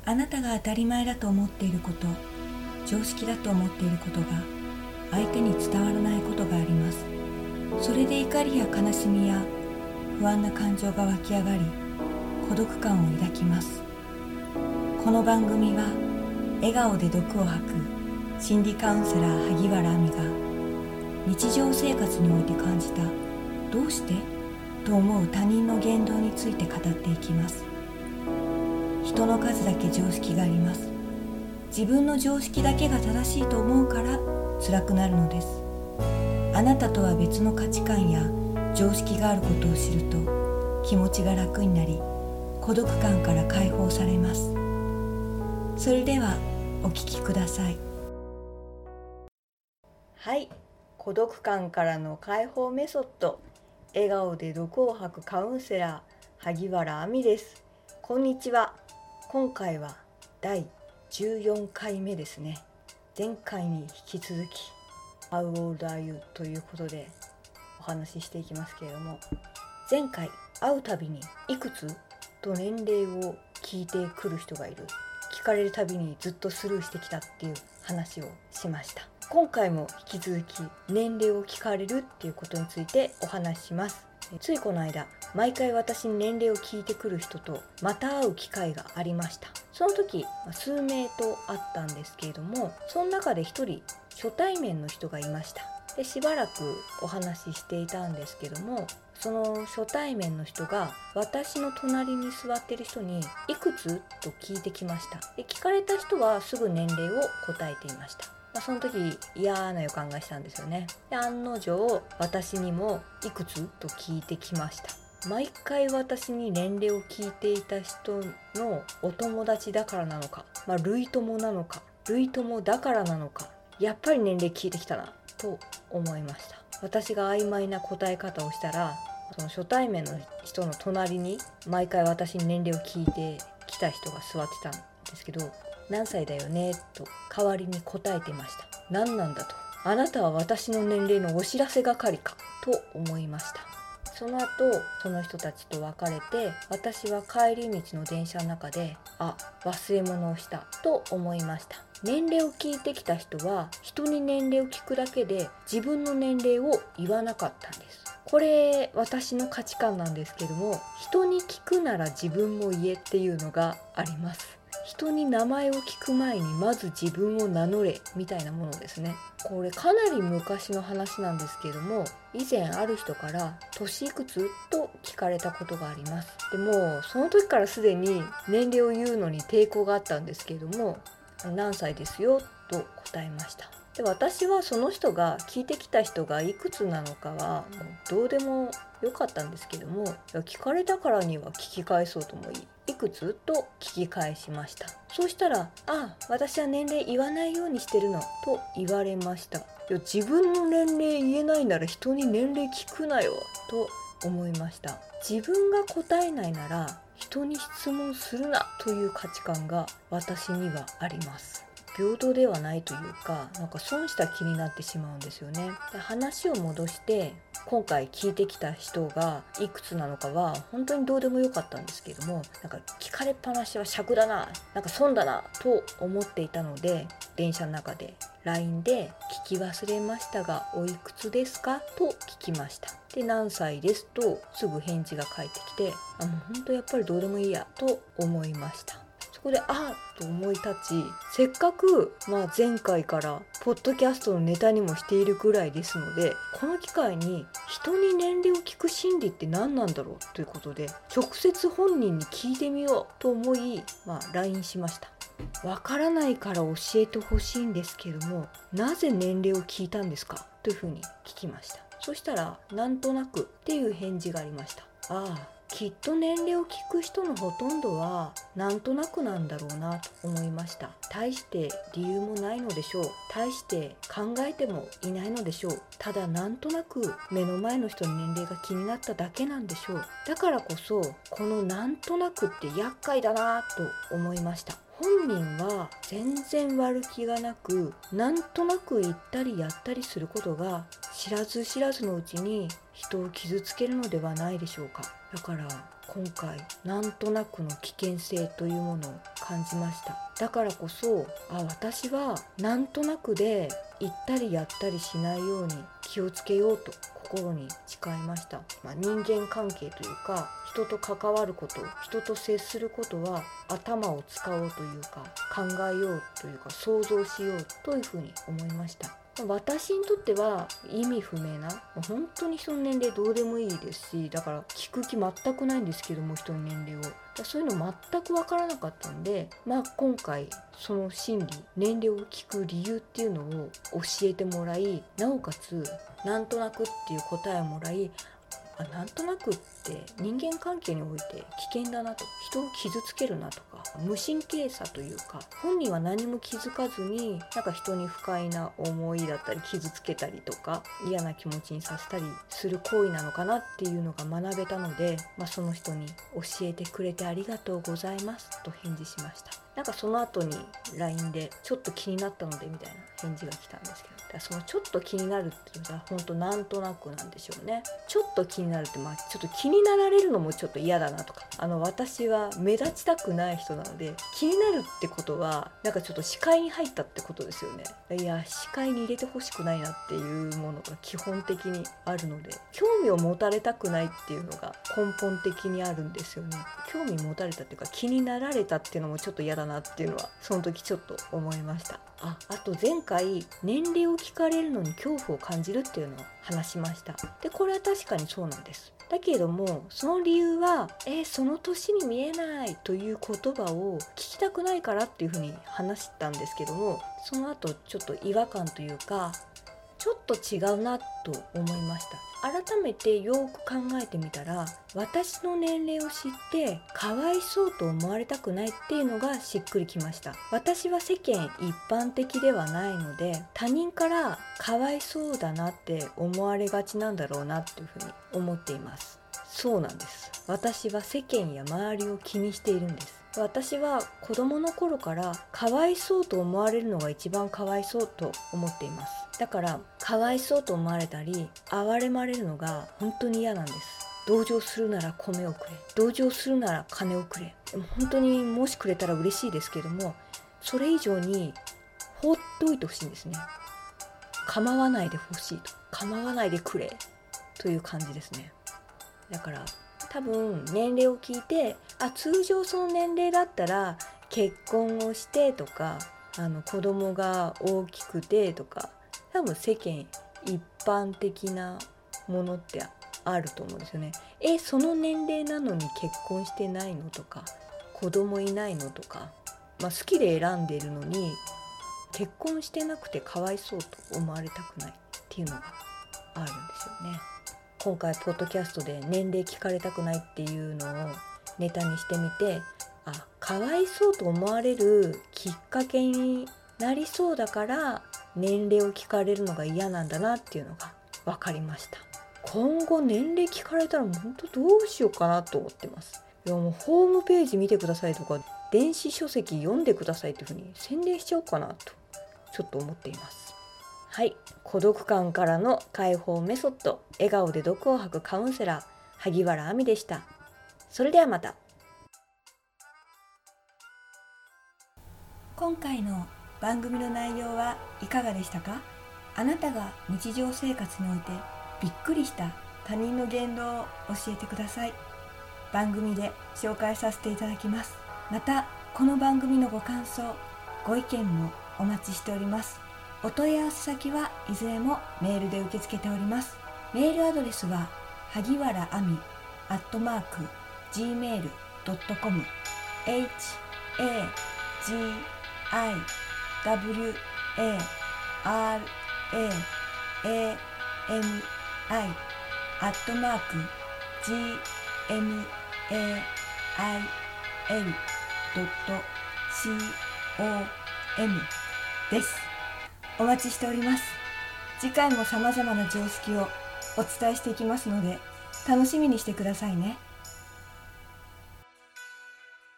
あなたが当たり前だと思っていること、常識だと思っていることが相手に伝わらないことがあります。それで怒りや悲しみや不安な感情が湧き上がり、孤独感を抱きます。この番組は笑顔で毒を吐く心理カウンセラー萩原亜美が日常生活において感じたどうしてと思う他人の言動について語っていきます。人の数だけ常識があります。自分の常識だけが正しいと思うから辛くなるのです。あなたとは別の価値観や常識があることを知ると気持ちが楽になり、孤独感から解放されます。それではお聞きください。はい、孤独感からの解放メソッド、笑顔で毒を吐くカウンセラー萩原亜美です。こんにちは。今回は第14回目ですね。前回に引き続き How old are you? ということでお話ししていきますけれども、前回会うたびにいくつと年齢を聞いてくる人がいる、聞かれるたびにずっとスルーしてきたっていう話をしました。今回も引き続き年齢を聞かれるっていうことについてお話しします。ついこの間、毎回私に年齢を聞いてくる人とまた会う機会がありました。その時数名と会ったんですけれども、その中で一人初対面の人がいました。でしばらくお話ししていたんですけども、その初対面の人が私の隣に座っている人にいくつと聞いてきました。で聞かれた人はすぐ年齢を答えていました。その時嫌な予感がしたんですよね。で案の定私にもいくつと聞いてきました。毎回私に年齢を聞いていた人のお友達だからなのか、類友なのか、類友だからなのか、やっぱり年齢聞いてきたなと思いました。私が曖昧な答え方をしたら、その初対面の人の隣に毎回私に年齢を聞いてきた人が座ってたんですけど、何歳だよねと代わりに答えていました。何なんだと、あなたは私の年齢のお知らせ係かと思いました。その後その人たちと別れて、私は帰り道の電車の中で忘れ物をしたと思いました。年齢を聞いてきた人は人に年齢を聞くだけで自分の年齢を言わなかったんです。これ私の価値観なんですけども、人に聞くなら自分も言えっていうのがあります。人に名前を聞く前にまず自分を名乗れみたいなものですね。これかなり昔の話なんですけれども、以前ある人から年いくつと聞かれたことがあります。でもその時からすでに年齢を言うのに抵抗があったんですけれども、何歳ですよと答えました。で私はその人が聞いてきた人がいくつなのかはもうどうでもよかったんですけども、聞かれたからには聞き返そうと思い、いくつと聞き返しました。そうしたら、私は年齢言わないようにしてるのと言われました。自分の年齢言えないなら人に年齢聞くなよと思いました。自分が答えないなら人に質問するなという価値観が私にはあります。平等ではないというか、損した気になってしまうんですよね。で話を戻して、今回聞いてきた人がいくつなのかは本当にどうでもよかったんですけども、聞かれっぱなしは尺だな、損だなと思っていたので、電車の中で LINE で聞き忘れましたがおいくつですかと聞きました。で何歳ですとすぐ返事が返ってきて、もう本当やっぱりどうでもいいやと思いました。そこでと思い立ち、せっかく前回からポッドキャストのネタにもしているぐらいですので、この機会に人に年齢を聞く心理って何なんだろうということで、直接本人に聞いてみようと思い、LINE しました。わからないから教えてほしいんですけども、なぜ年齢を聞いたんですかというふうに聞きました。そしたら、なんとなくっていう返事がありました。きっと年齢を聞く人のほとんどはなんとなくなんだろうなと思いました。大して理由もないのでしょう。大して考えてもいないのでしょう。ただなんとなく目の前の人の年齢が気になっただけなんでしょう。だからこそこのなんとなくって厄介だなと思いました。本人は全然悪気がなく、なんとなく言ったりやったりすることが知らず知らずのうちに人を傷つけるのではないでしょうか。だから今回なんとなくの危険性というものを感じました。だからこそ私はなんとなくで言ったりやったりしないように気をつけようと心に誓いました。人間関係というか人と関わること、人と接することは頭を使おうというか考えようというか想像しようというふうに思いました。私にとっては意味不明な本当に人の年齢どうでもいいですし、だから聞く気全くないんですけども、人の年齢をそういうの全く分からなかったんで、今回その心理、年齢を聞く理由っていうのを教えてもらい、なおかつなんとなくっていう答えをもらい、なんとなくって人間関係において危険だなと、人を傷つけるなとか、無神経さというか、本人は何も気づかずに人に不快な思いだったり傷つけたりとか嫌な気持ちにさせたりする行為なのかなっていうのが学べたので、その人に教えてくれてありがとうございますと返事しました。その後に LINE でちょっと気になったのでみたいな返事が来たんですけど、そのちょっと気になるっていうのは本当なんとなくなんでしょうね。ちょっと気になるってちょっと気になられるのもちょっと嫌だなとか、私は目立ちたくない人なので、気になるってことはちょっと視界に入ったってことですよね。いや視界に入れてほしくないなっていうものが基本的にあるので、興味を持たれたくないっていうのが根本的にあるんですよね。興味持たれたっていうか気になられたっていうのもちょっと嫌だなっていうのはその時ちょっと思いました。あと前回年齢を聞かれるのに恐怖を感じるっていうのを話しました。でこれは確かにそうなんです。だけれどもその理由はその年に見えないという言葉を聞きたくないからっていうふうに話したんですけども、その後ちょっと違和感というかちょっと違うなと思いました。改めてよく考えてみたら、私の年齢を知ってかわいそうと思われたくないっていうのがしっくりきました。私は世間一般的ではないので、他人からかわいそうだなって思われがちなんだろうなっていうふうに思っています。そうなんです。私は世間や周りを気にしているんです。私は子供の頃からかわいそうと思われるのが一番かわいそうと思っています。だからかわいそうと思われたり哀れまれるのが本当に嫌なんです。同情するなら米をくれ、同情するなら金をくれ、本当にもしくれたら嬉しいですけども、それ以上に放っておいてほしいんですね。構わないでほしいと、構わないでくれという感じですね。だから多分年齢を聞いて通常その年齢だったら結婚をしてとか子供が大きくてとか、多分世間一般的なものってあると思うんですよね。その年齢なのに結婚してないのとか子供いないのとか、好きで選んでいるのに結婚してなくてかわいそうと思われたくないっていうのがあるんですよね。今回ポッドキャストで年齢聞かれたくないっていうのをネタにしてみて、かわいそうと思われるきっかけになりそうだから年齢を聞かれるのが嫌なんだなっていうのが分かりました。今後年齢聞かれたら本当どうしようかなと思ってます。いやもうホームページ見てくださいとか電子書籍読んでくださいっていう風に宣伝しちゃおうかなとちょっと思っています。はい、孤独感からの解放メソッド、笑顔で毒を吐くカウンセラー萩原亜美でした。それではまた。今回の番組の内容はいかがでしたか？あなたが日常生活においてびっくりした他人の言動を教えてください。番組で紹介させていただきます。またこの番組のご感想、ご意見もお待ちしております。お問い合わせ先はいずれもメールで受け付けております。メールアドレスは萩原亜美@gmail.com HAGIWARAMI@gmail.com です。お待ちしております。次回も様々な常識をお伝えしていきますので楽しみにしてくださいね。